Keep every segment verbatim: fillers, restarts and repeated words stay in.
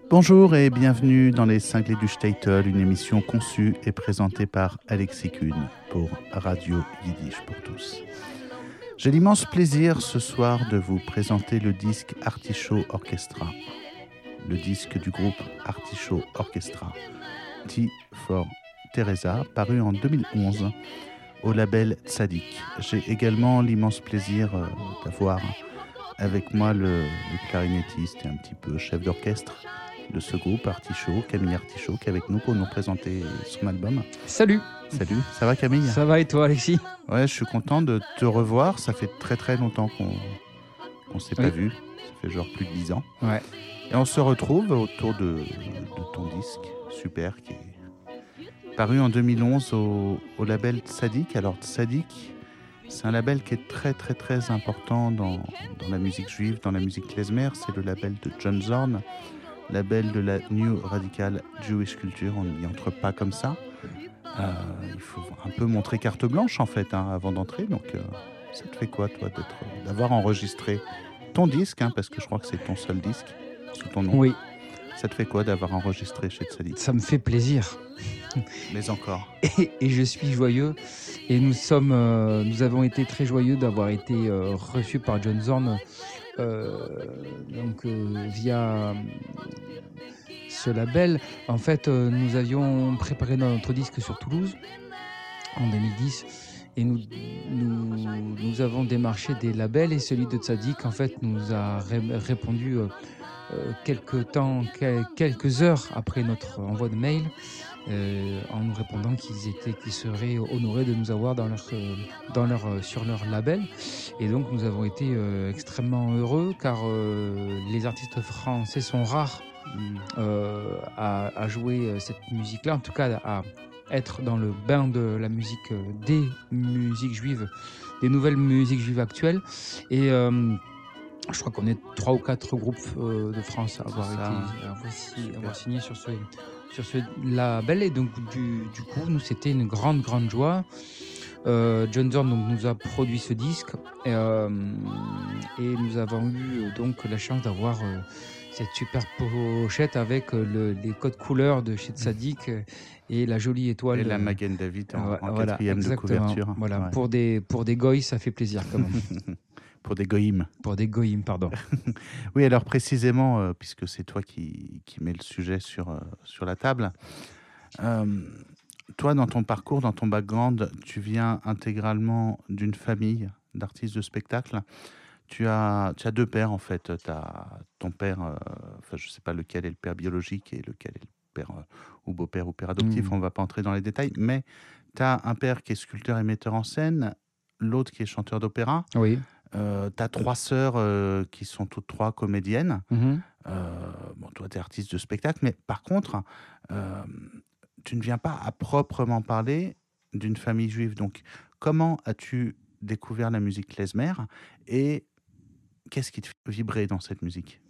Bonjour et bienvenue dans les Cinglés du Shtetl, une émission conçue et présentée par Alexis Kuhn pour Radio Yiddish pour tous. J'ai l'immense plaisir ce soir de vous présenter le disque Artichaut Orchestra, le disque du groupe Artichaut Orchestra, T for Teresa, paru en deux mille onze au label Tzadik. J'ai également l'immense plaisir euh, d'avoir avec moi le, le clarinettiste et un petit peu chef d'orchestre de ce groupe, Artichaut, Camille Artichaut, qui est avec nous pour nous présenter son album. Salut. Salut, ça va Camille? Ça va et toi Alexis? Ouais, je suis content de te revoir, ça fait très très longtemps qu'on qu'on s'est oui. pas vu, ça fait genre plus de dix ans. Ouais. Et on se retrouve autour de, de ton disque, super, qui est paru en deux mille onze au, au label Tzadik. Alors Tzadik, c'est un label qui est très très très important dans, dans la musique juive, dans la musique klezmer, c'est le label de John Zorn, label de la New Radical Jewish Culture, on n'y entre pas comme ça. Euh, il faut un peu montrer carte blanche en fait hein, avant d'entrer. Donc euh, ça te fait quoi toi d'être, d'avoir enregistré ton disque, hein, parce que je crois que c'est ton seul disque sous ton nom. Oui. Ça te fait quoi d'avoir enregistré chez Tzadik? Ça me fait plaisir. Mais encore. Et, et je suis joyeux. Et nous sommes, euh, nous avons été très joyeux d'avoir été euh, reçus par John Zorn. Euh, donc euh, via ce label, en fait, euh, nous avions préparé notre disque sur Toulouse en deux mille dix et nous, nous, nous avons démarché des labels et celui de Tzadik, en fait, nous a ré- répondu euh, euh, quelques temps, quel- quelques heures après notre envoi de mail. Euh, en nous répondant qu'ils étaient, qu'ils seraient honorés de nous avoir dans leur, euh, dans leur, euh, sur leur label. Et donc nous avons été euh, extrêmement heureux car euh, les artistes français sont rares euh, à, à jouer cette musique-là, en tout cas à être dans le bain de la musique, euh, des musiques juives, des nouvelles musiques juives actuelles. Et euh, je crois qu'on est trois ou quatre groupes euh, de France à avoir, été, à avoir, si, avoir signé sur ce sur ce label, et donc du, du coup nous c'était une grande grande joie. euh, John Zorn donc nous a produit ce disque et, euh, et nous avons eu donc la chance d'avoir euh, cette super pochette avec euh, le, les codes couleurs de chez Tzadik euh, et la jolie étoile et de la Magen David en, euh, en voilà, quatrième exactement. de couverture. Voilà, ouais. pour des pour des goïs ça fait plaisir quand même. Pour des goïms. Pour des goïms, pardon. Oui, alors précisément, euh, puisque c'est toi qui, qui mets le sujet sur, euh, sur la table, euh, toi, dans ton parcours, dans ton background, tu viens intégralement d'une famille d'artistes de spectacle. Tu as, tu as deux pères, en fait. Tu as ton père, euh, enfin, je ne sais pas lequel est le père biologique et lequel est le père euh, ou beau-père ou père adoptif, mmh. on ne va pas entrer dans les détails, mais tu as un père qui est sculpteur et metteur en scène, l'autre qui est chanteur d'opéra. Oui. Euh, tu as trois sœurs euh, qui sont toutes trois comédiennes. Mmh. Euh, bon, toi, tu es artiste de spectacle, mais par contre, euh, tu ne viens pas à proprement parler d'une famille juive. Donc, comment as-tu découvert la musique klezmer et qu'est-ce qui te fait vibrer dans cette musique?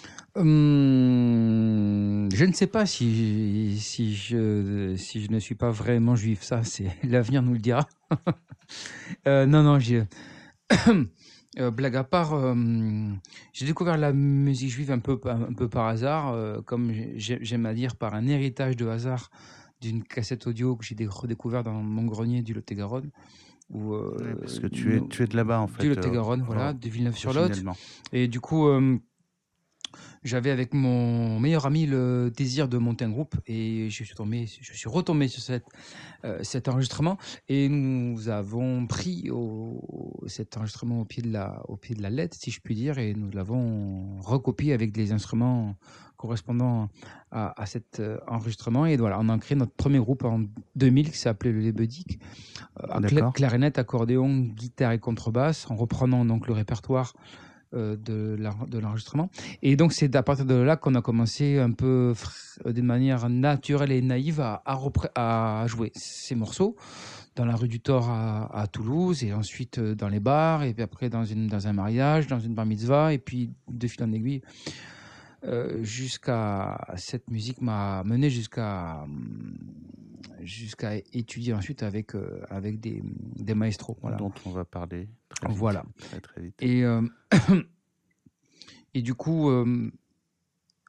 Hum, je ne sais pas si, si, je, si je ne suis pas vraiment juif. Ça, c'est l'avenir nous le dira. euh, non, non, j'ai... Euh, blague à part, euh, j'ai découvert la musique juive un peu, un peu par hasard, euh, comme j'aime à dire, par un héritage de hasard d'une cassette audio que j'ai redécouvert dans mon grenier du Lot-et-Garonne. Où, euh, oui, parce que tu es, tu es de là-bas, en fait. Du Lot-et-Garonne, euh, voilà, de Villeneuve-sur-Lot. Et du coup, euh, j'avais avec mon meilleur ami le désir de monter un groupe et je suis, tombé, je suis retombé sur cette, euh, cet enregistrement et nous avons pris au, cet enregistrement au pied, de la, au pied de la lettre, si je puis dire, et nous l'avons recopié avec des instruments correspondant à, à cet euh, enregistrement. Et voilà, on a créé notre premier groupe en deux mille qui s'appelait le Lebedic, euh, cl- clarinette, accordéon, guitare et contrebasse, en reprenant donc le répertoire Euh, de, la, de l'enregistrement. Et donc, c'est à partir de là qu'on a commencé un peu euh, d'une manière naturelle et naïve à, à, repré- à jouer ces morceaux dans la rue du Thor à, à Toulouse, et ensuite euh, dans les bars, et puis après dans, une, dans un mariage, dans une bar mitzvah, et puis de fil en aiguille, euh, jusqu'à... Cette musique m'a mené jusqu'à... jusqu'à étudier ensuite avec, euh, avec des, des maestros. Voilà. Dont on va parler très vite. Voilà. Très, très vite. Et, euh, et du coup, euh,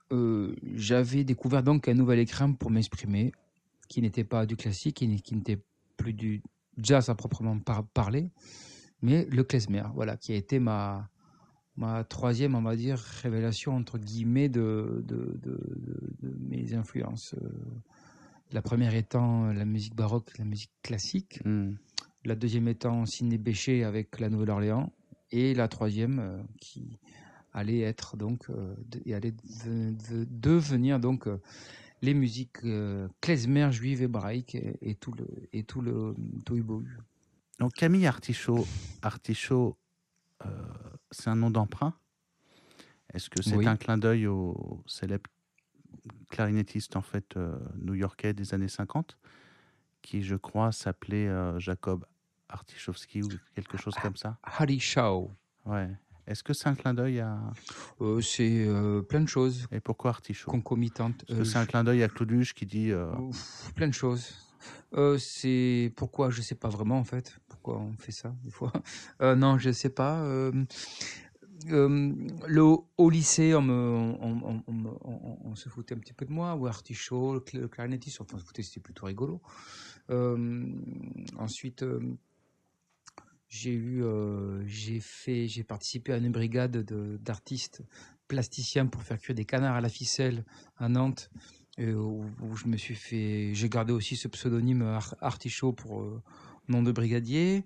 euh, j'avais découvert donc un nouvel écrin pour m'exprimer, qui n'était pas du classique, qui, n- qui n'était plus du jazz à proprement par- parler, mais le klezmer, voilà, qui a été ma, ma troisième, on va dire, révélation, entre guillemets, de, de, de, de- de mes influences. Euh, La première étant la musique baroque, la musique classique. Hmm. La deuxième étant Sidney Bechet avec la Nouvelle-Orléans. Et la troisième euh, qui allait être donc, euh, de- et allait de- de- devenir donc euh, les musiques euh, klezmer, juives, hébraïques et, et tout le et tout le tohu-bohu. Donc Camille Artichaut, Artichaut, euh, c'est un nom d'emprunt. Est-ce que c'est Oui, un clin d'œil au célèbre clarinettiste en fait euh, new-yorkais des années cinquante, qui je crois s'appelait euh, Jacob Artichowski ou quelque chose comme ça? Harry Shaw. Ouais. Est-ce que c'est un clin d'œil à... Euh, c'est euh, plein de choses Et pourquoi Artichaut? concomitantes. Est-ce que Euh, c'est un je- clin d'œil à Clauduche qui dit euh, Ouf, plein de choses. Euh, c'est pourquoi je sais pas vraiment en fait pourquoi on fait ça des fois. Euh, non, je sais pas. Euh, euh, le, au lycée, on, me, on, on, on, me- on- on se foutait un petit peu de moi, ou artichaut, le, cl- le clarinettiste, enfin on se foutait, c'était plutôt rigolo. Euh, ensuite, euh, j'ai eu, euh, j'ai fait, j'ai participé à une brigade de- d'artistes plasticiens pour faire cuire des canards à la ficelle à Nantes, euh, où, où je me suis fait, j'ai gardé aussi ce pseudonyme Ar- Artichaut pour euh, nom de brigadier.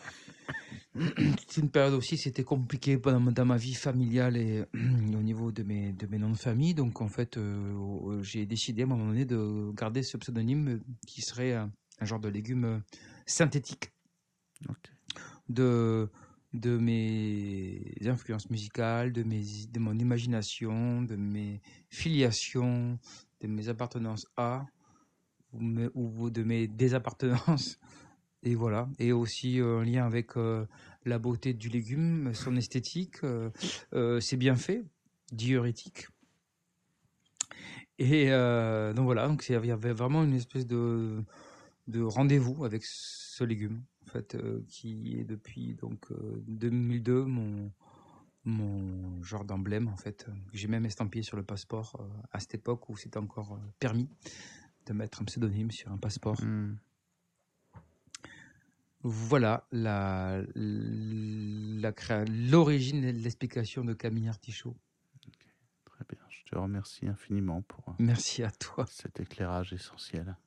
C'est une période aussi, c'était compliqué dans ma, dans ma vie familiale et au niveau de mes, de mes noms de famille. Donc en fait, euh, j'ai décidé à un moment donné de garder ce pseudonyme euh, qui serait un, un genre de légume euh, synthétique ok. de, de mes influences musicales, de, mes, de mon imagination, de mes filiations, de mes appartenances à, ou, me- ou de mes désappartenances. Et voilà. Et aussi euh, un lien avec euh, la beauté du légume, son esthétique, euh, euh, ses bienfaits diurétiques. Et euh, donc voilà, donc il y avait vraiment une espèce de, de rendez-vous avec ce légume, en fait, euh, qui est depuis donc euh, deux mille deux mon mon genre d'emblème, en fait. J'ai même estampillé sur le passeport euh, à cette époque où c'était encore euh, permis de mettre un pseudonyme sur un passeport. Hmm. Voilà la, la, créa- l'origine et l'explication de Camille Artichaut. Très bien. Je te remercie infiniment pour euh, Merci à toi. cet éclairage essentiel.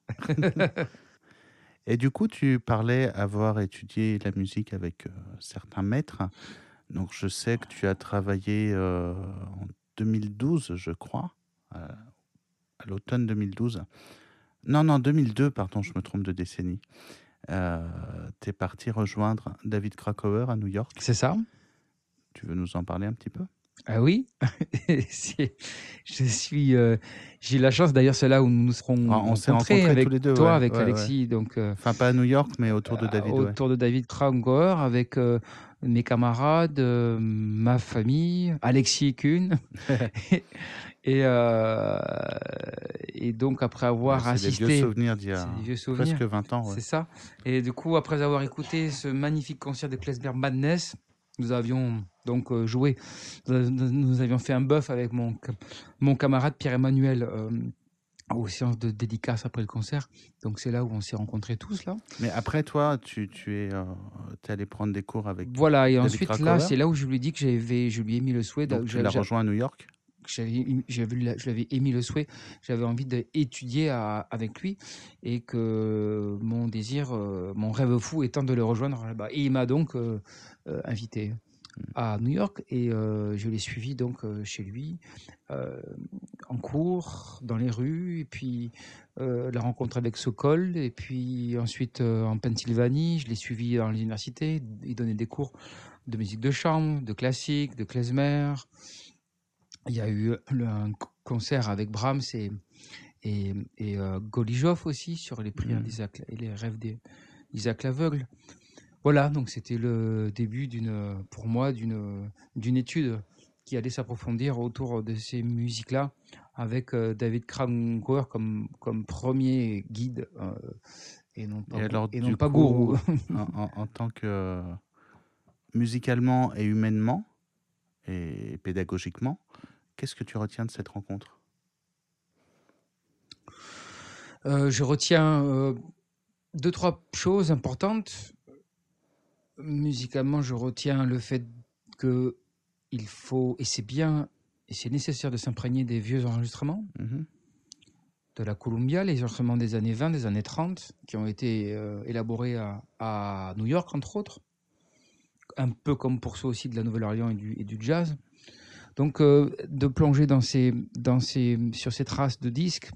Et du coup, tu parlais avoir étudié la musique avec euh, certains maîtres. Donc, je sais que tu as travaillé euh, en deux mille douze, je crois, euh, à l'automne deux mille douze. Non, non, deux mille deux, pardon, je me trompe de décennie. Euh, tu es parti rejoindre David Krakauer à New York. C'est ça? Tu veux nous en parler un petit peu? Ah oui, c'est, je suis, euh, j'ai eu la chance d'ailleurs, c'est là où nous nous serons Ah, on s'est rencontrés rencontrés avec tous les deux, toi, ouais, avec ouais, ouais. Alexis, donc euh, Enfin, pas à New York, mais autour de euh, David, ouais. autour de David Krangauer, avec euh, mes camarades, euh, ma famille, Alexis Kuhn, et, euh, et donc après Ouais, avoir c'est des vieux assisté, souvenirs d'il y c'est a des vieux souvenirs, presque vingt ans, ouais. c'est ça. Et du coup, après avoir écouté ce magnifique concert de Klezmer Madness, nous avions donc euh, joué, nous, nous avions fait un bœuf avec mon, ca- mon camarade Pierre-Emmanuel euh, aux séances de dédicace après le concert. Donc c'est là où on s'est rencontrés tous là. Mais après, toi, tu, tu es, euh, t'es allé prendre des cours avec Voilà, et David ensuite là, Krakauer. c'est là où je lui ai dit que j'avais, je lui ai émis le souhait, Donc, d'a- tu j'a- l'as j'a- rejoint à New York. j'avais, j'avais- je lui avais émis le souhait, j'avais envie d'étudier à- avec lui et que mon désir, euh, mon rêve fou étant de le rejoindre là-bas. Et il m'a donc euh, euh, invité à New York et euh, je l'ai suivi donc euh, chez lui euh, en cours, dans les rues, et puis euh, la rencontre avec Sokol, et puis ensuite euh, en Pennsylvanie, je l'ai suivi dans l'université, il donnait des cours de musique de chambre, de classique, de klezmer. Il y a eu le, un concert avec Brahms et, et, et euh, Golijov aussi sur les prières Mm. d'Isaac et les rêves d'Isaac l'aveugle. Voilà, donc c'était le début d'une, pour moi, d'une, d'une étude qui allait s'approfondir autour de ces musiques-là, avec euh, David Krakauer comme, comme premier guide euh, et non pas, Et alors, et non du pas coup, gourou. en, en- en tant que euh, musicalement et humainement et pédagogiquement, qu'est-ce que tu retiens de cette rencontre? Euh, je retiens euh, deux, trois choses importantes. Musicalement, je retiens le fait que il faut, et c'est bien, et c'est nécessaire de s'imprégner des vieux enregistrements, Mhm. de la Columbia, les enregistrements des années vingt, des années trente, qui ont été euh, élaborés à, à New York, entre autres, un peu comme pour ceux aussi de la Nouvelle-Orléans et du, et du jazz. Donc, euh, de plonger dans ces, dans ces, sur ces traces de disques,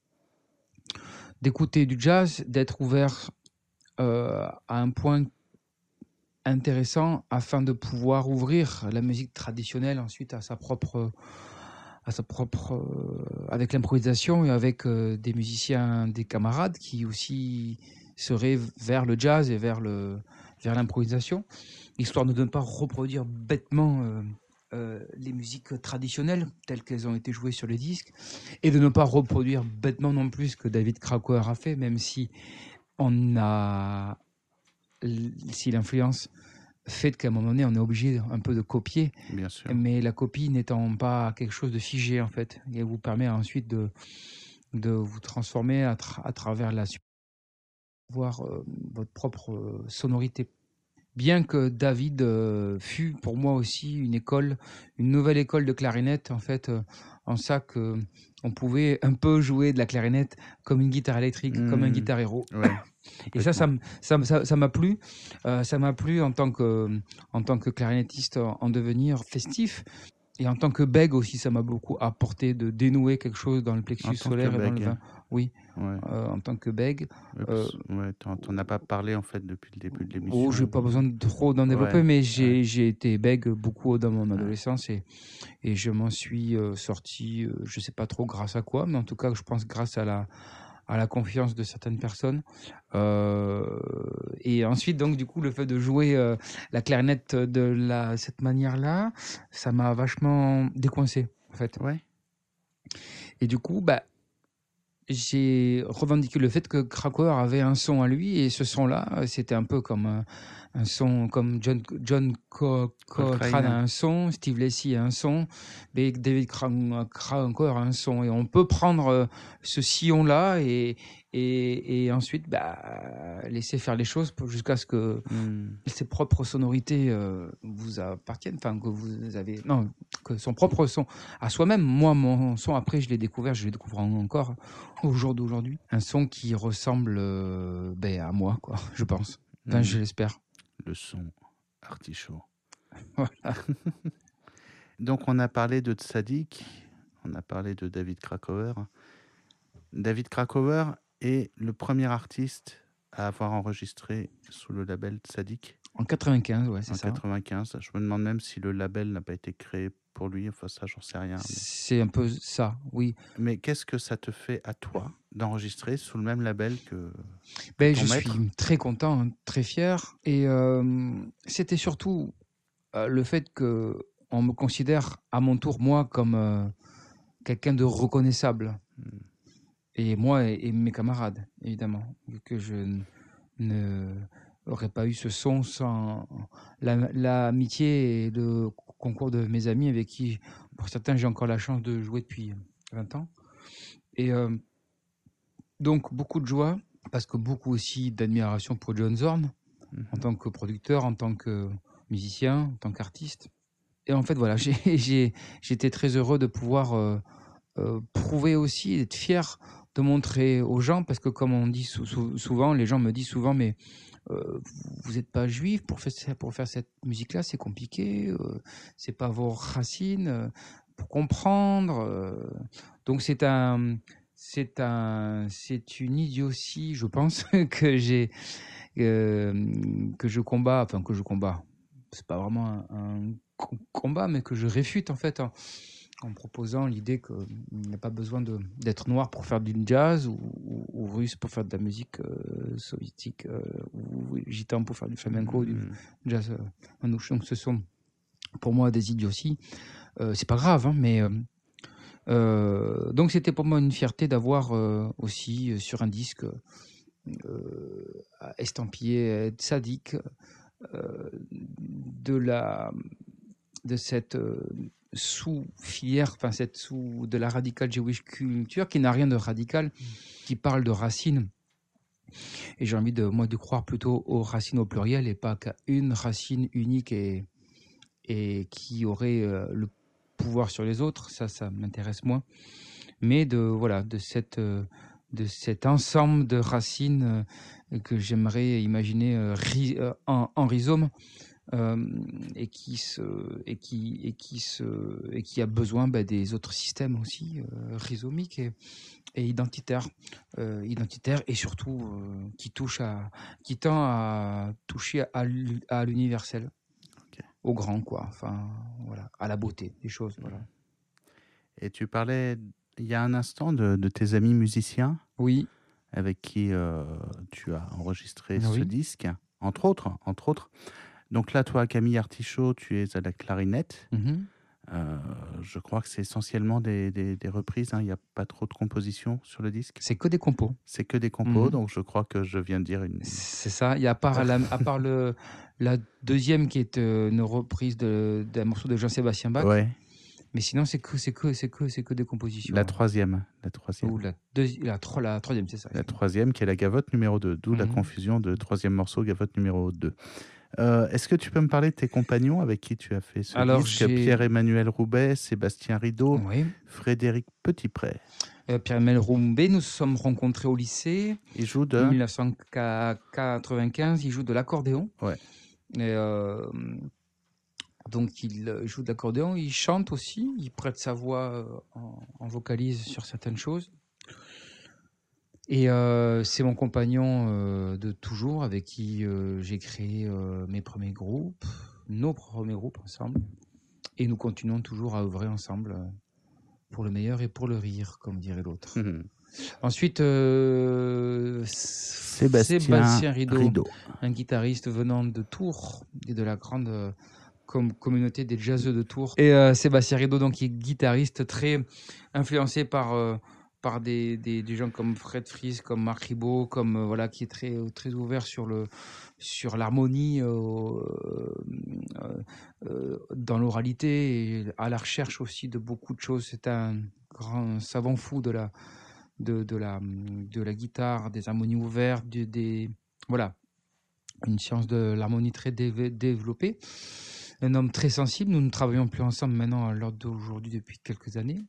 d'écouter du jazz, d'être ouvert euh, à un point intéressant afin de pouvoir ouvrir la musique traditionnelle ensuite à sa propre, à sa propre euh, avec l'improvisation et avec euh, des musiciens, des camarades qui aussi seraient vers le jazz et vers le vers l'improvisation, histoire de ne pas reproduire bêtement euh, euh, les musiques traditionnelles telles qu'elles ont été jouées sur les disques et de ne pas reproduire bêtement non plus ce que David Krakauer a fait, même si on a si l'influence fait qu'à un moment donné, on est obligé un peu de copier, Bien sûr. mais la copie n'étant pas quelque chose de figé, en fait. Et elle vous permet ensuite de, de vous transformer à, tra- à travers la suite, voir euh, votre propre euh, sonorité. Bien que David euh, fut pour moi aussi une école, une nouvelle école de clarinette, en fait, euh, en ça que on pouvait un peu jouer de la clarinette comme une guitare électrique, comme un Mmh. guitare héros. Ouais, Et ça, ça complètement. m- ça m- ça- ça m'a plu. Euh, ça m'a plu en tant que, en tant que clarinettiste en, en devenir festif. Et en tant que bègue aussi, ça m'a beaucoup apporté de dénouer quelque chose dans le En plexus tant que solaire et dans le bègue, vin. Oui, ouais. euh, en tant que bègue. Ouais, Euh, parce- ouais, t'en, t'en as pas parlé en fait depuis le début de oh, j'ai l'émission. pas besoin de trop d'en développer, Ouais, mais ouais, j'ai, j'ai été bègue beaucoup dans mon ouais. adolescence et, et je m'en suis euh, sorti, euh, je sais pas trop grâce à quoi, mais en tout cas, je pense grâce à la, à la confiance de certaines personnes. Euh, et ensuite, donc, du coup, le fait de jouer euh, la clarinette de la, cette manière-là, ça m'a vachement décoincé, en fait. Ouais. Et du coup, bah, j'ai revendiqué le fait que Krakauer avait un son à lui, et ce son-là, c'était un peu comme un, un son, comme John, John Co- Coltrane a Coltrane. un son, Steve Lacy a un son, mais David Krak- Krakauer a un son. Et on peut prendre euh, ce sillon-là et, et, et ensuite bah, laisser faire les choses pour- jusqu'à ce que Hmm. ses propres sonorités euh, vous appartiennent, enfin que vous avez, non, que son propre son à soi-même. Moi, mon son, après, je l'ai découvert, je le découvre encore au jour d'aujourd'hui. Un son qui ressemble euh, ben, à moi, quoi, je pense. Enfin, Hmm. je l'espère. Le son artichaut. Voilà. Donc on a parlé de Tzadik, on a parlé de David Krakauer. David Krakauer est le premier artiste à avoir enregistré sous le label Tzadik En quatre-vingt-quinze, ouais, c'est en ça. quatre-vingt-quinze. Je me demande même si le label n'a pas été créé pour lui. Enfin, ça, j'en sais rien. Mais, C'est un peu ça, oui. mais qu'est-ce que ça te fait à toi d'enregistrer sous le même label que, que Ben, ton je maître? suis très content, hein, très fier. Et euh, c'était surtout euh, le fait que on me considère à mon tour, moi, comme euh, quelqu'un de reconnaissable. Hmm. Et moi et, et mes camarades, évidemment, vu que je n- ne aurais pas eu ce son sans la- l'amitié et le concours de mes amis avec qui, pour certains, j'ai encore la chance de jouer depuis vingt ans. Et euh, donc, beaucoup de joie, parce que beaucoup aussi d'admiration pour John Zorn, Mhm. en tant que producteur, en tant que musicien, en tant qu'artiste. Et en fait, voilà, j'ai, j'ai, j'étais très heureux de pouvoir euh, euh, prouver aussi, être fier de montrer aux gens, parce que comme on dit sou- sou- souvent, les gens me disent souvent, mais euh, vous n'êtes pas juif pour faire, pour faire cette musique-là, c'est compliqué, euh, c'est pas vos racines, euh, pour comprendre. euh. Donc c'est un, c'est un, c'est une idiotie, je pense, que j'ai, euh, que je combats, enfin que je combats. C'est pas vraiment un, un co- combat, mais que je réfute en fait, en, en proposant l'idée qu'il n'y a pas besoin de, d'être noir pour faire du jazz ou, ou, ou russe pour faire de la musique euh, soviétique euh, ou gitan pour faire du flamenco ou du Hmm. jazz euh, manouche. Donc ce sont pour moi des idioties. Euh, c'est pas grave, hein, mais euh, euh, donc c'était pour moi une fierté d'avoir euh, aussi euh, sur un disque euh, estampillé Tzadik, euh, de la de cette euh, sous-filière, enfin cette sous de la radical Jewish culture qui n'a rien de radical, qui parle de racines. Et j'ai envie de moi de croire plutôt aux racines au pluriel et pas qu'à une racine unique et et qui aurait euh, le pouvoir sur les autres. Ça, ça m'intéresse moins. Mais de voilà de cette euh, de cet ensemble de racines euh, que j'aimerais imaginer euh, ri, euh, en, en rhizome. Euh, et qui se et qui et qui se et qui a besoin bah, des autres systèmes aussi euh, rhizomiques et, et identitaires euh, identitaires et surtout euh, qui touche à qui tend à toucher à, à l'universel, okay. Au grand quoi, enfin voilà, à la beauté des choses, voilà. Et tu parlais il y a un instant de, de tes amis musiciens, oui, avec qui euh, tu as enregistré oui. ce disque, entre autres entre autres. Donc là, toi, Camille Artichaut, tu es à la clarinette. Mm-hmm. Euh, je crois que c'est essentiellement des, des, des reprises. Hein. Il n'y a pas trop de compositions sur le disque. C'est que des compos. C'est que des compos, mm-hmm. Donc je crois que je viens de dire une... C'est ça. Il y a à part, la, à part le, la deuxième qui est une reprise de, d'un morceau de Jean-Sébastien Bach. Ouais. Mais sinon, c'est que, c'est que, c'est que, c'est que des compositions. La troisième. La troisième. Ou la, deuxi- la, tro- la troisième, c'est ça. La troisième qui est la gavotte numéro deux. D'où mm-hmm. la confusion de troisième morceau, gavotte numéro deux. Euh, est-ce que tu peux me parler de tes compagnons avec qui tu as fait ce Alors, disque j'ai... Pierre-Emmanuel Roubaix, Sébastien Rideau, oui. Frédéric Petitpré. Euh, Pierre-Emmanuel Roubaix, nous nous sommes rencontrés au lycée. Il joue de dix-neuf cent quatre-vingt-quinze, il joue de l'accordéon. Ouais. Et euh, donc il joue de l'accordéon, il chante aussi, il prête sa voix en, en vocalise sur certaines choses. Et euh, c'est mon compagnon euh, de toujours avec qui euh, j'ai créé euh, mes premiers groupes, nos premiers groupes ensemble. Et nous continuons toujours à œuvrer ensemble euh, pour le meilleur et pour le rire, comme dirait l'autre. Mmh. Ensuite, euh, Sébastien, Sébastien Rideau, Rideau, un guitariste venant de Tours et de la grande euh, com- communauté des jazzeux de Tours. Et euh, Sébastien Rideau, donc, qui est guitariste très influencé par... Euh, par des, des, des gens comme Fred Fries, comme Marc Ribot, comme euh, voilà, qui est très très ouvert sur le sur l'harmonie euh, euh, euh, dans l'oralité et à la recherche aussi de beaucoup de choses. C'est un grand savant fou de la de, de la de la guitare, des harmonies ouvertes, des, des voilà, une science de l'harmonie très dé- développée. Un homme très sensible. Nous ne travaillons plus ensemble maintenant à l'heure d'aujourd'hui depuis quelques années.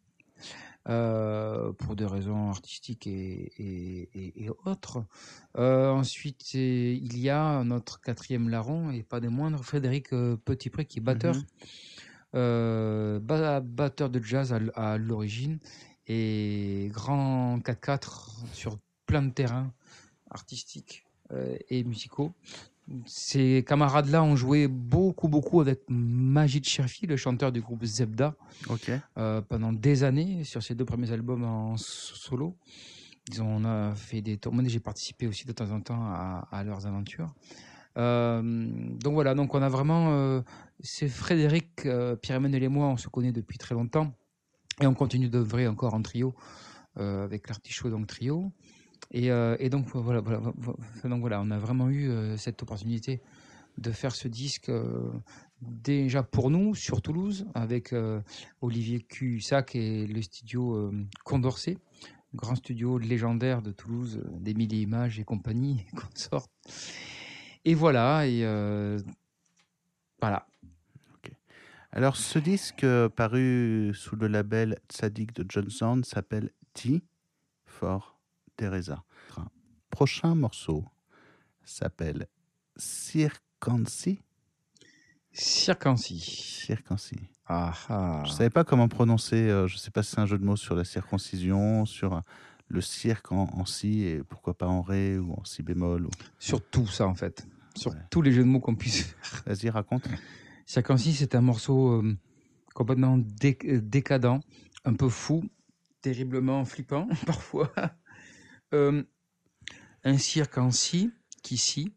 Euh, pour des raisons artistiques et, et, et, et autres. Euh, ensuite, il y a notre quatrième larron, et pas des moindres, Frédéric euh, Petitpré, qui est batteur, mm-hmm. euh, ba- batteur de jazz à, à l'origine, et grand quatre-quatre sur plein de terrains artistiques euh, et musicaux. Ces camarades-là ont joué beaucoup, beaucoup avec Majid Cherfi, le chanteur du groupe Zebda, okay. euh, pendant des années, sur ses deux premiers albums en solo. Ils ont, on a fait des tours. Moi, j'ai participé aussi de temps en temps à, à leurs aventures. Euh, donc voilà, donc on a vraiment... Euh, c'est Frédéric, euh, Pierre-Emmanuel et moi, on se connaît depuis très longtemps. Et on continue d'œuvrer encore en trio, euh, avec l'Artichaut, donc trio. Et, euh, et donc voilà, voilà, donc voilà, on a vraiment eu euh, cette opportunité de faire ce disque euh, déjà pour nous sur Toulouse avec euh, Olivier Cussac et le studio euh, Condorcet, grand studio légendaire de Toulouse, euh, d'Émile et Images et compagnie, et consorts. Et voilà, et euh, voilà. Okay. Alors ce disque euh, paru sous le label Tzadik de Johnson s'appelle T for Teresa. Un prochain morceau s'appelle Circansi. Circansi. Circansi. Ah, ah. Je ne savais pas comment prononcer, euh, je ne sais pas si c'est un jeu de mots sur la circoncision, sur euh, le cirque en, en si, et pourquoi pas en ré ou en si bémol. Ou... Sur tout ça en fait, sur ouais. tous les jeux de mots qu'on puisse faire. Vas-y, raconte. Circansi, c'est un morceau euh, complètement dé- décadent, un peu fou, terriblement flippant parfois. Euh, un cirque en si, qui si,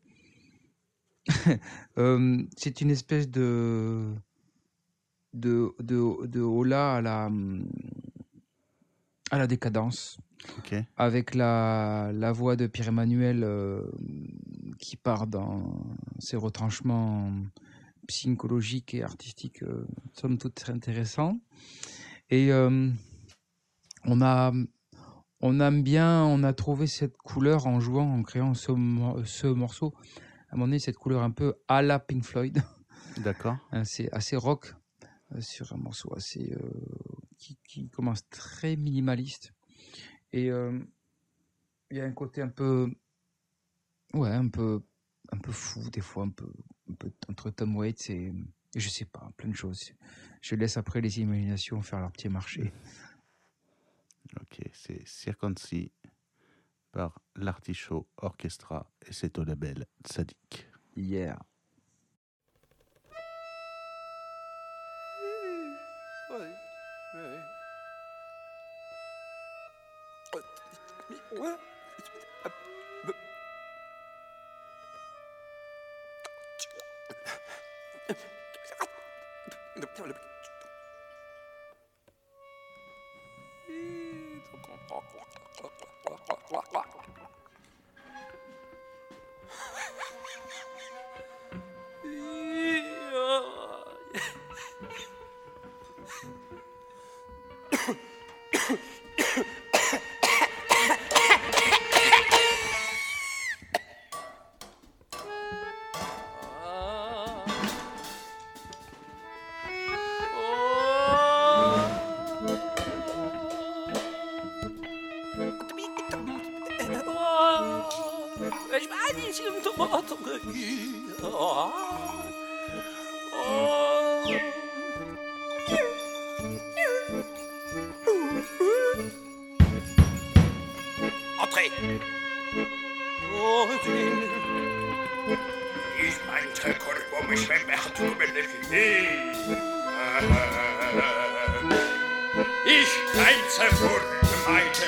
euh, c'est une espèce de de de, de hola à la à la décadence, okay. avec la la voix de Pierre-Emmanuel euh, qui part dans ses retranchements psychologique et artistique, euh, somme toute très intéressant. Et euh, on a, on aime bien, on a trouvé cette couleur en jouant, en créant ce, ce morceau. À un moment donné, cette couleur un peu à la Pink Floyd. D'accord. C'est assez rock euh, sur un morceau assez euh, qui, qui commence très minimaliste. Et euh, il y a un côté un peu, ouais, un peu, un peu fou des fois, un peu, un peu entre Tom Waits et, et je sais pas, plein de choses. Je laisse après les imaginations faire leur petit marché. Ok, c'est Circoncis par l'Artichaut Orchestra et c'est au label Tzadik. Yeah. Entrez. Ich meinte, kurwa, myśmy mechtu benefili. Ich heize vor meinte.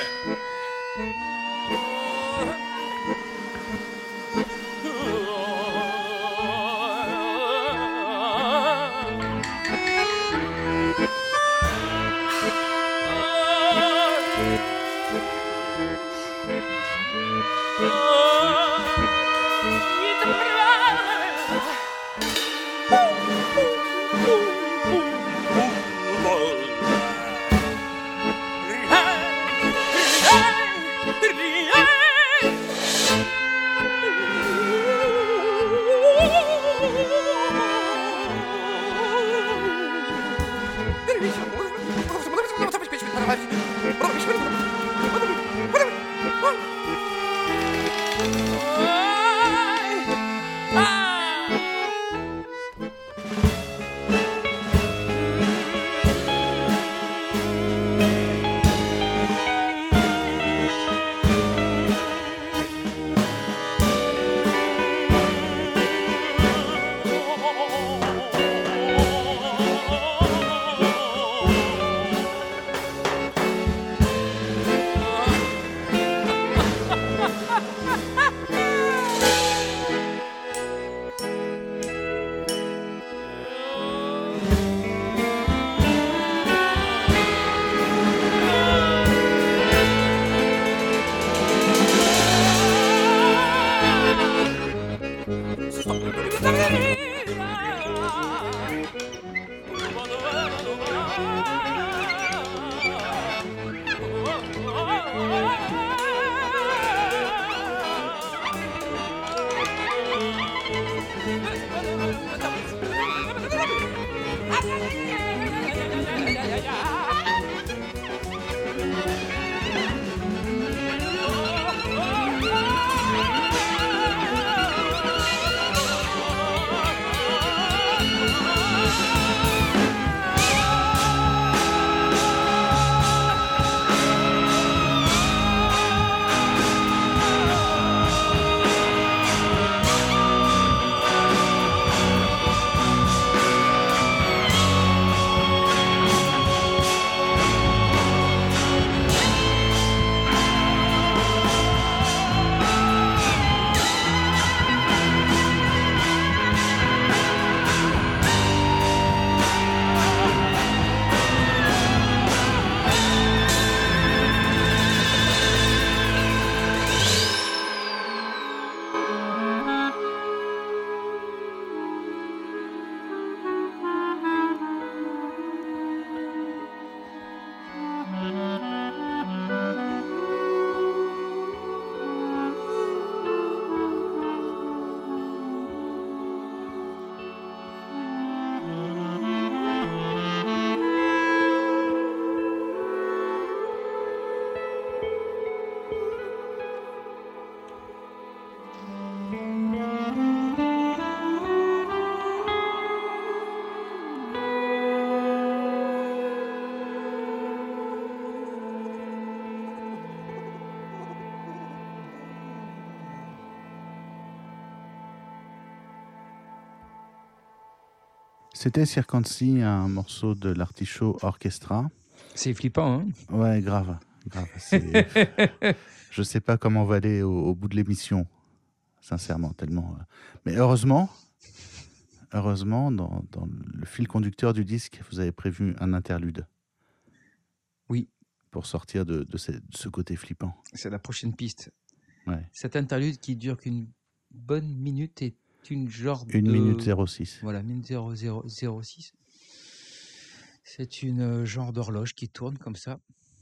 C'était Circonci, un morceau de l'Artichaut Orchestra. C'est flippant, hein? Ouais, grave. grave. C'est... Je sais pas comment on va aller au, au bout de l'émission, sincèrement, tellement. Mais heureusement, heureusement, dans, dans le fil conducteur du disque, vous avez prévu un interlude. Oui. Pour sortir de, de, ce, de ce côté flippant. C'est la prochaine piste. Ouais. Cet interlude qui dure qu'une bonne minute est une genre une de... minute zéro six. Voilà, minute zéro zéro zéro six. C'est une genre d'horloge qui tourne comme ça,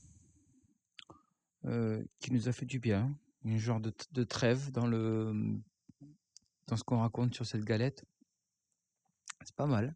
euh, qui nous a fait du bien. Une genre de, de trêve dans, le, dans ce qu'on raconte sur cette galette. C'est pas mal.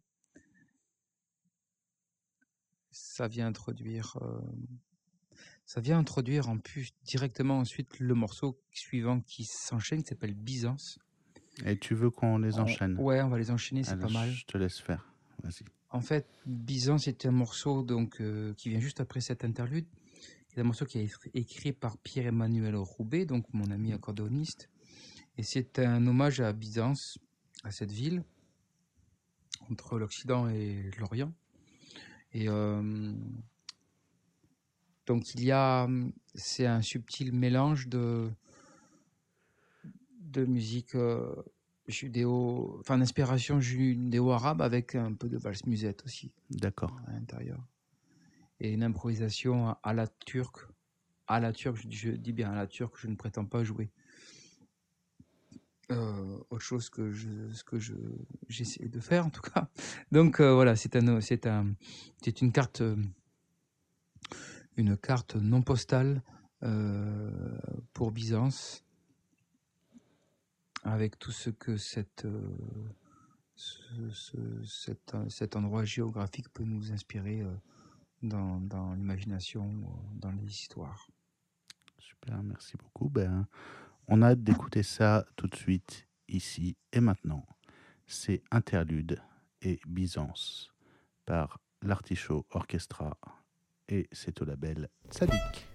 Ça vient introduire... Euh, ça vient introduire en plus directement ensuite le morceau suivant qui s'enchaîne, qui s'appelle Byzance. Et tu veux qu'on les enchaîne? on, Ouais, on va les enchaîner, c'est Alors, pas mal. Je te laisse faire, vas-y. En fait, Byzance c'est un morceau donc, euh, qui vient juste après cet interlude. C'est un morceau qui est écrit par Pierre-Emmanuel Roubaix, donc mon ami accordéoniste. Et c'est un hommage à Byzance, à cette ville, entre l'Occident et l'Orient. Et euh, donc il y a, c'est un subtil mélange de, de musique euh, judéo, enfin d'inspiration judéo-arabe avec un peu de valse musette aussi. D'accord. À l'intérieur. Et une improvisation à la turque. À la turque, je dis, je dis bien à la turque, je ne prétends pas jouer. Euh, autre chose que je, ce que je, j'essaie de faire en tout cas. Donc euh, voilà, c'est, un, c'est, un, c'est une carte, une carte non postale euh, pour Byzance, avec tout ce que cette, euh, ce, ce, cet, cet endroit géographique peut nous inspirer euh, dans, dans l'imagination, dans les histoires. Super, merci beaucoup. Ben, on a hâte d'écouter ça tout de suite, ici et maintenant. C'est Interlude et Byzance par l'Artichaut Orchestra et c'est au label Tzadik.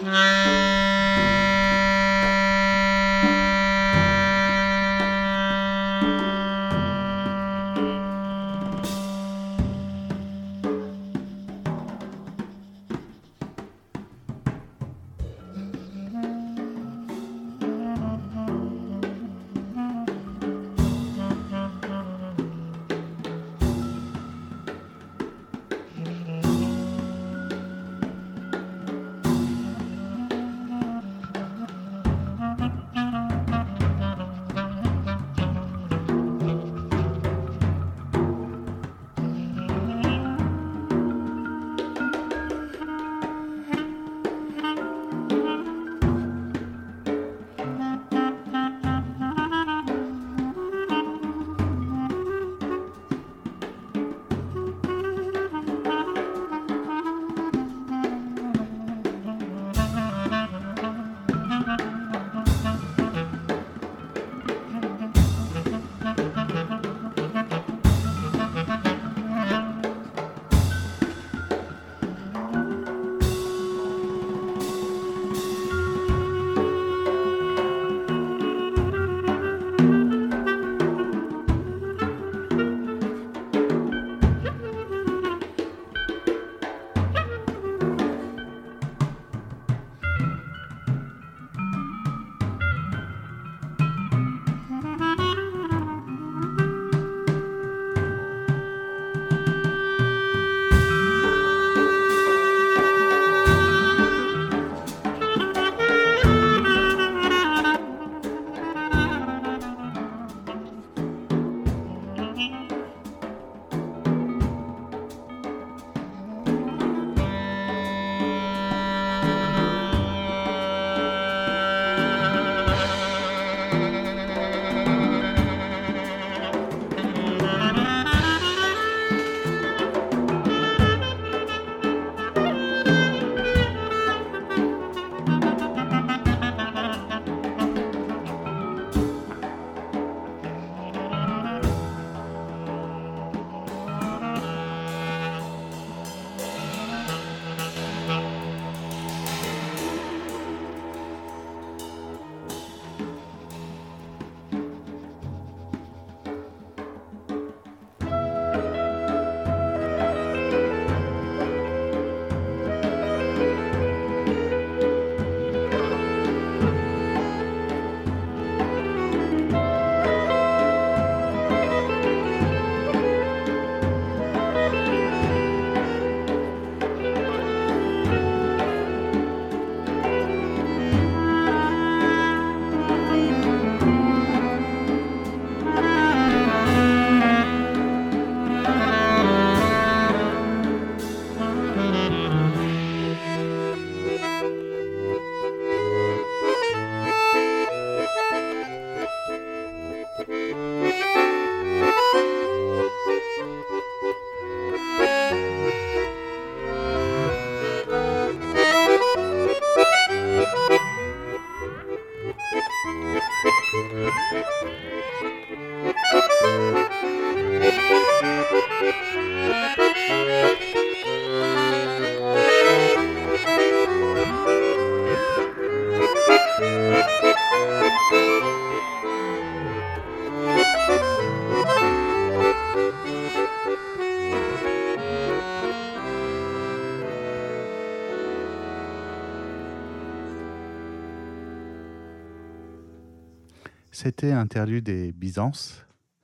C'était Interlude des Byzances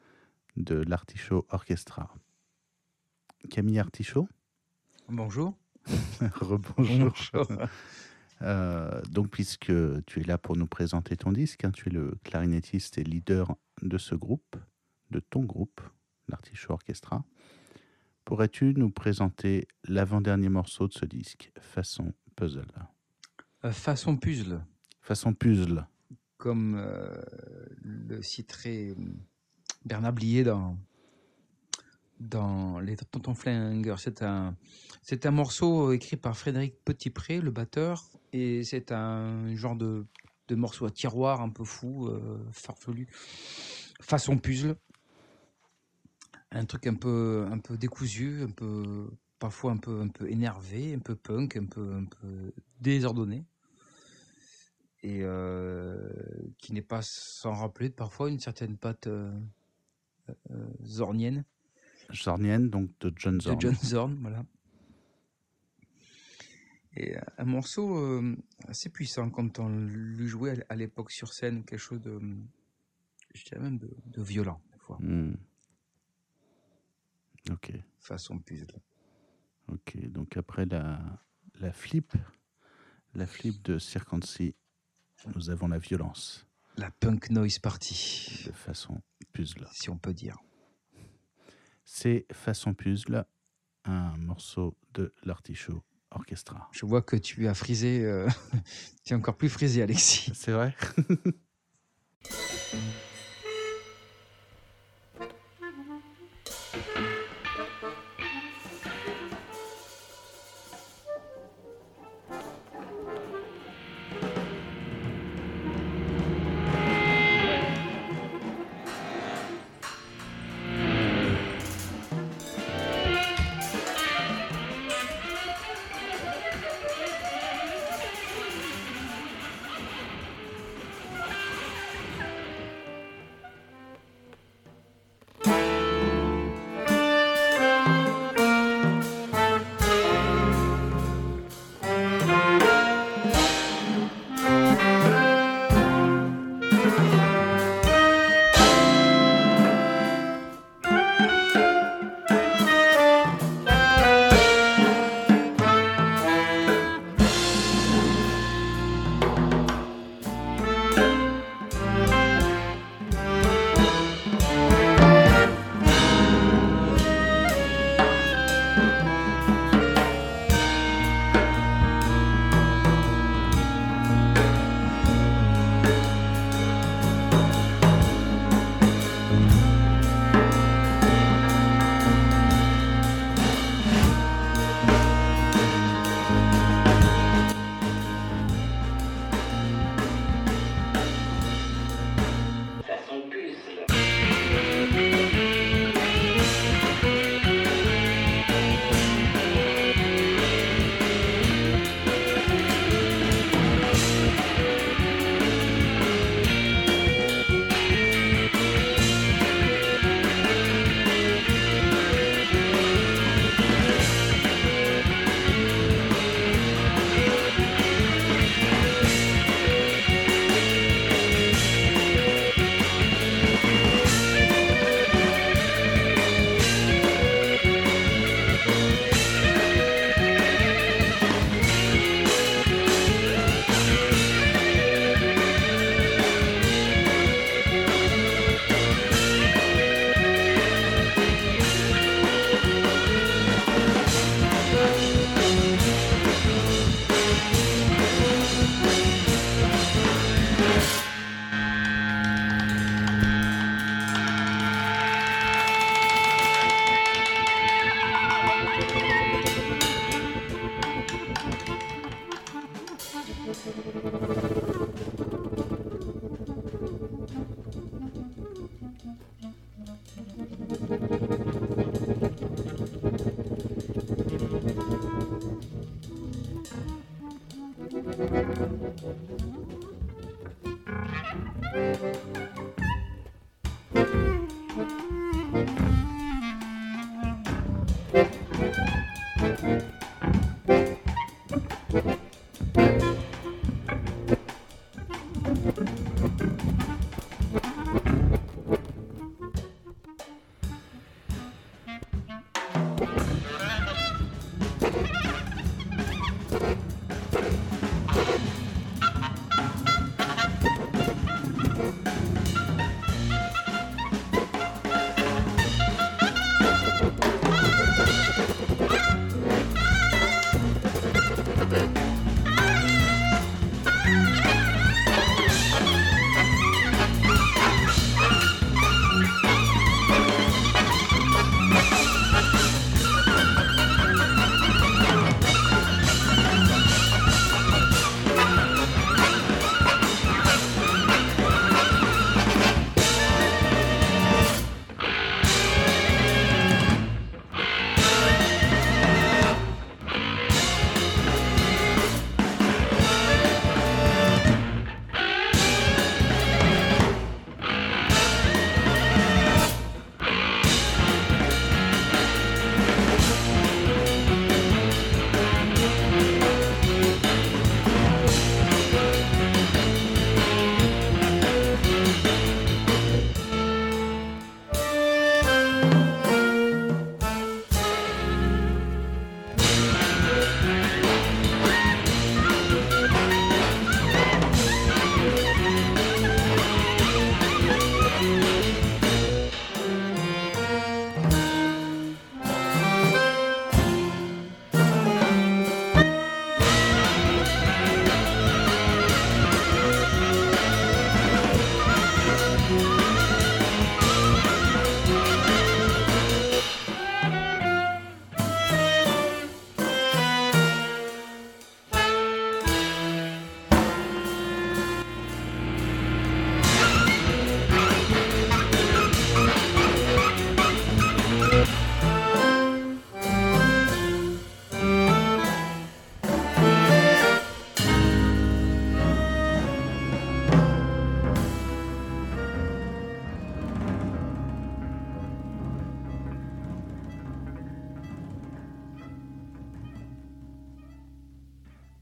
de l'Artichaut Orchestra. Camille Artichaut. Bonjour. Rebonjour. Bonjour. Euh, donc, puisque tu es là pour nous présenter ton disque, hein, tu es le clarinettiste et leader de ce groupe, de ton groupe, l'Artichaut Orchestra. Pourrais-tu nous présenter l'avant-dernier morceau de ce disque, Façon Puzzle? euh, Façon Puzzle. Façon Puzzle. Comme euh, le citerait Bernard Blier dans, dans Les Tontons Flingueurs. C'est un, c'est un morceau écrit par Frédéric Petitpré, le batteur, et c'est un genre de, de morceau à tiroir un peu fou, euh, farfelu, façon puzzle. Un truc un peu, un peu décousu, un peu, parfois un peu, un peu énervé, un peu punk, un peu, un peu désordonné. et euh, qui n'est pas sans rappeler parfois une certaine patte euh, euh, zornienne. Zornienne, donc de John Zorn. De John Zorn, voilà. Et un morceau euh, assez puissant quand on lui jouait à l'époque sur scène, quelque chose de, je dirais même de, de violent, des fois. Mm. Ok. Façon puzzle. Ok, donc après la, la flip, la flip de Circonci, nous avons la violence. La punk noise party. De façon puzzle. Si on peut dire. C'est façon puzzle, un morceau de l'Artichaut Orchestra. Je vois que tu as frisé, euh, tu es encore plus frisé, Alexis. C'est vrai?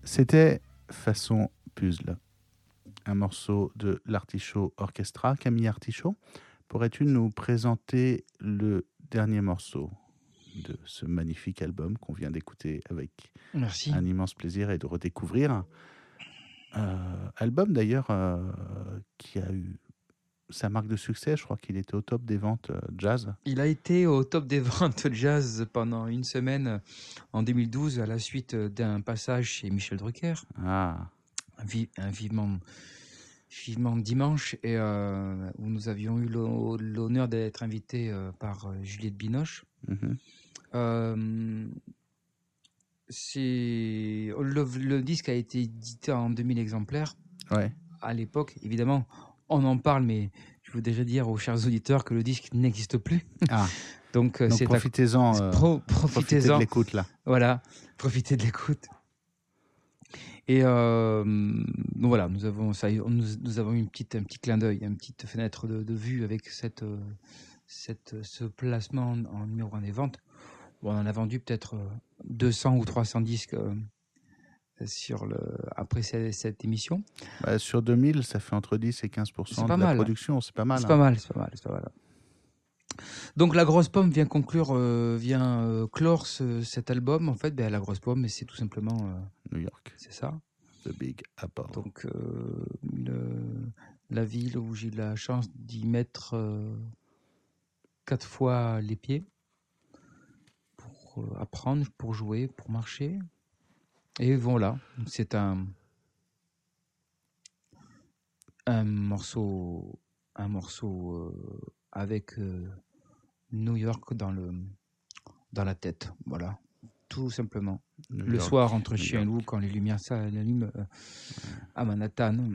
C'était Façon Puzzle, un morceau de l'Artichaut Orchestra. Camille Artichaut, pourrais-tu nous présenter le dernier morceau de ce magnifique album qu'on vient d'écouter avec Merci. un immense plaisir et de redécouvrir. Euh, album d'ailleurs euh, qui a eu sa marque de succès, je crois qu'il était au top des ventes euh, jazz. Il a été au top des ventes jazz pendant une semaine en deux mille douze à la suite d'un passage chez Michel Drucker. Ah. Un, vi- un vivement, vivement dimanche et euh, où nous avions eu l'hon- l'honneur d'être invités euh, par euh, Juliette Binoche. Mm-hmm. Euh, c'est le, le disque a été édité en deux mille exemplaires. Ouais. À l'époque, évidemment, on en parle, mais je voudrais dire aux chers auditeurs que le disque n'existe plus. Ah. Donc, Donc c'est profitez-en, à... euh, Pro- profitez profitez-en. de l'écoute là. Voilà, profitez de l'écoute. Et euh, donc voilà, nous avons ça, nous, nous avons une petite, un petit clin d'œil, une petite fenêtre de, de vue avec cette, cette, ce placement en numéro un des ventes. Bon, on en a vendu peut-être deux cents ou trois cents disques euh, sur le, après cette, cette émission. Bah, sur deux mille, ça fait entre dix et quinze pour cent de mal. la production, c'est pas mal. C'est hein. pas mal, c'est pas mal, c'est pas mal. Donc la grosse pomme vient conclure, euh, vient euh, clore ce, cet album. En fait, ben, la grosse pomme, c'est tout simplement euh, New York. C'est ça. The Big Apple. Donc euh, le, la ville où j'ai eu la chance d'y mettre euh, quatre fois les pieds pour euh, apprendre, pour jouer, pour marcher. Et voilà, c'est un un morceau, un morceau euh, avec euh, New York dans le dans la tête. Voilà, tout simplement. New Le York, soir, entre New chien et loup, York. quand les lumières s'allument euh, à Manhattan,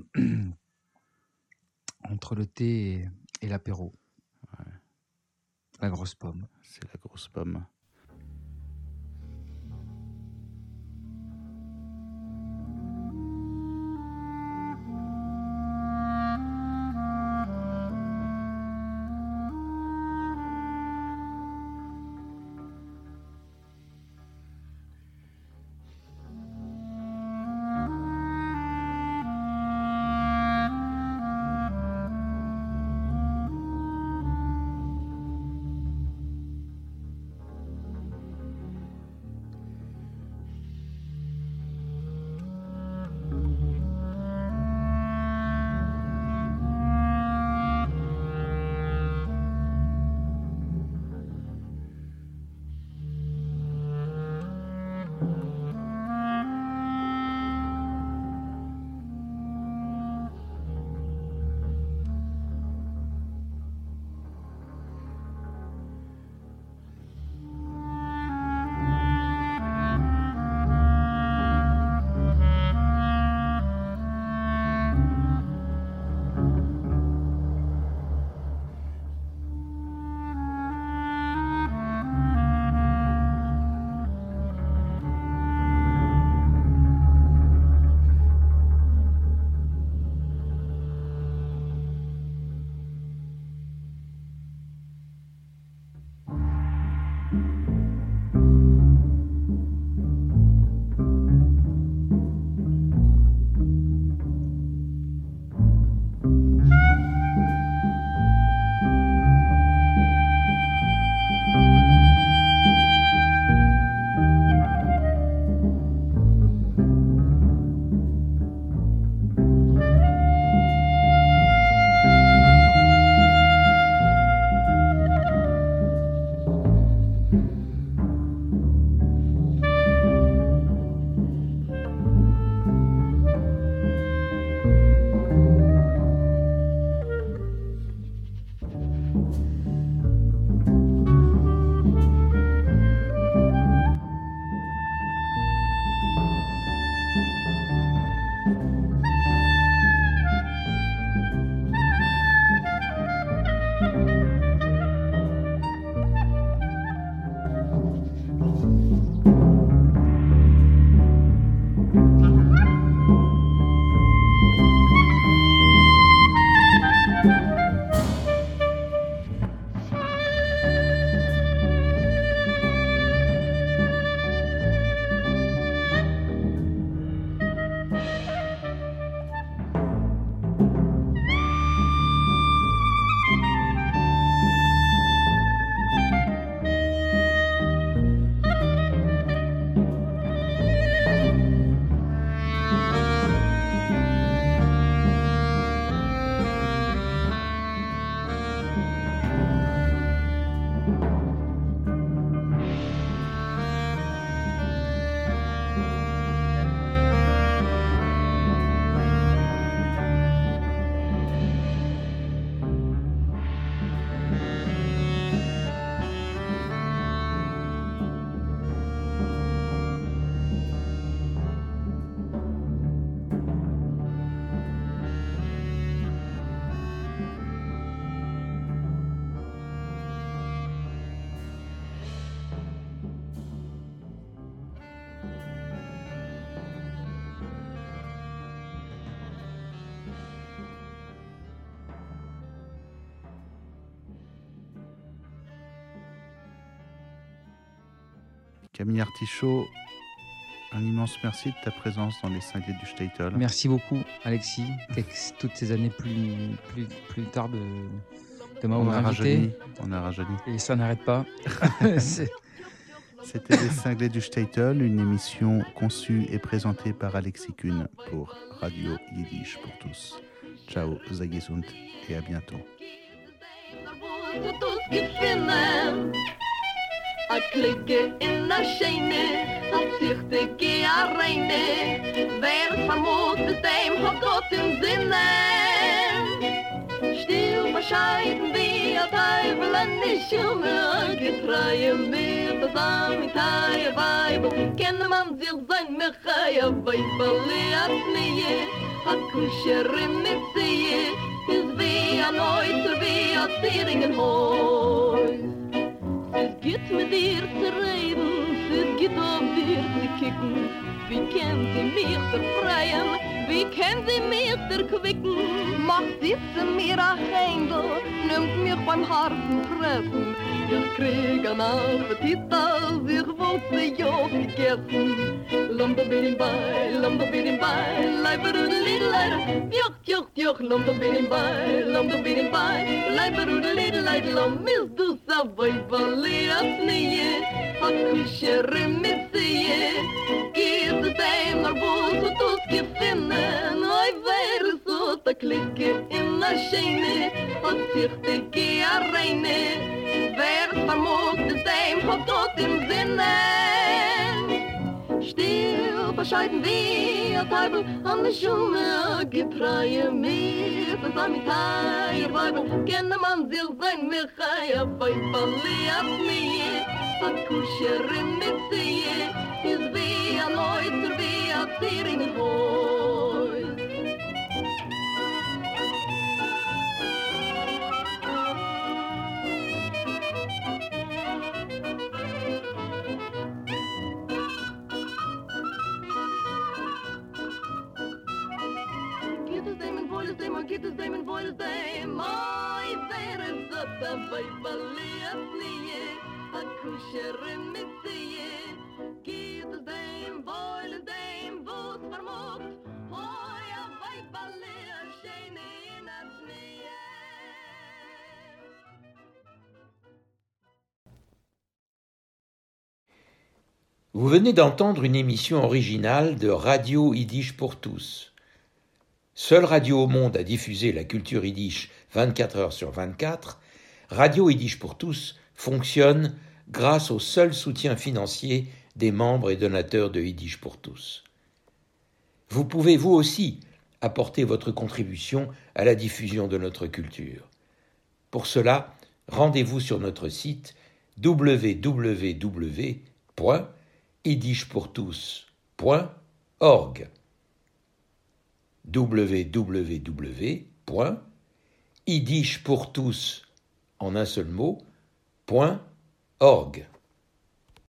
entre le thé et, et l'apéro. Ouais. La grosse pomme. C'est la grosse pomme. Camille Artichaut, un immense merci de ta présence dans les cinglés du Statel. Merci beaucoup, Alexis, toutes ces années plus, plus, plus tard de, de m'avoir invité. On a rajeuni. Et ça n'arrête pas. C'est... C'était les cinglés du Statel, une émission conçue et présentée par Alexis Kuhn pour Radio Yiddish pour tous. Ciao, Zagesund et à bientôt. A klikke in a scheine, a zichtige a reine, wer vermut es dem hat Gott im Sinne. Still bescheiden wie a Teufel an die Schumme, getreue mir das Amitaya Weibel, kenne man sich sein Mechaya Weibel, liat nie, a Kuscherin mit sie, is wie a Neuter, wie a Zieringenhäus. Es geht mit dir zu reden, es geht auf dir zu kicken. Wie kennt sie mich befreien, wie kennt sie mich erquicken? Macht sie zu mir ein Händel, nimmt mich beim harten Fressen. Ich krieg an Appetit, als ich wollte ja gegessen. Lomba bin bei, lomba bin bei, leiberudelidelei, joch, joch, joch, lomba bin bei, lomba bin bei, leiberudelidelei, lom is du savai vali asnie, a kushere mitsie, geht es dem naar bos und us gefinnen, oi wäre so ta klicke in a scheine, a zichtige a reine, wer vermogt es dem hat Gott im Sinne. Still bescheiden wie a Teufel an der Schumme, getreue mir das Amitaya Weibel, kenne man sich sein Mechaya Weibel, liat nie, a Kuscherin mit sie, is wie a Neuter, wie a Zieringenhäus. Get his name and void his name. My there is the Weibaliasnie, a Kuscherin mit sie. Get his name, void his name, was vermogt. Hoi a Weibaliasnie in a Schnee. Vous venez d'entendre une émission originale de Radio Yiddish pour tous. Seule radio au monde à diffuser la culture yiddish vingt-quatre heures sur vingt-quatre, Radio Yiddish pour tous fonctionne grâce au seul soutien financier des membres et donateurs de Yiddish pour tous. Vous pouvez vous aussi apporter votre contribution à la diffusion de notre culture. Pour cela, rendez-vous sur notre site w w w point yiddish pour tous point org. w w w point yiddish pour tous en un seul mot, point org.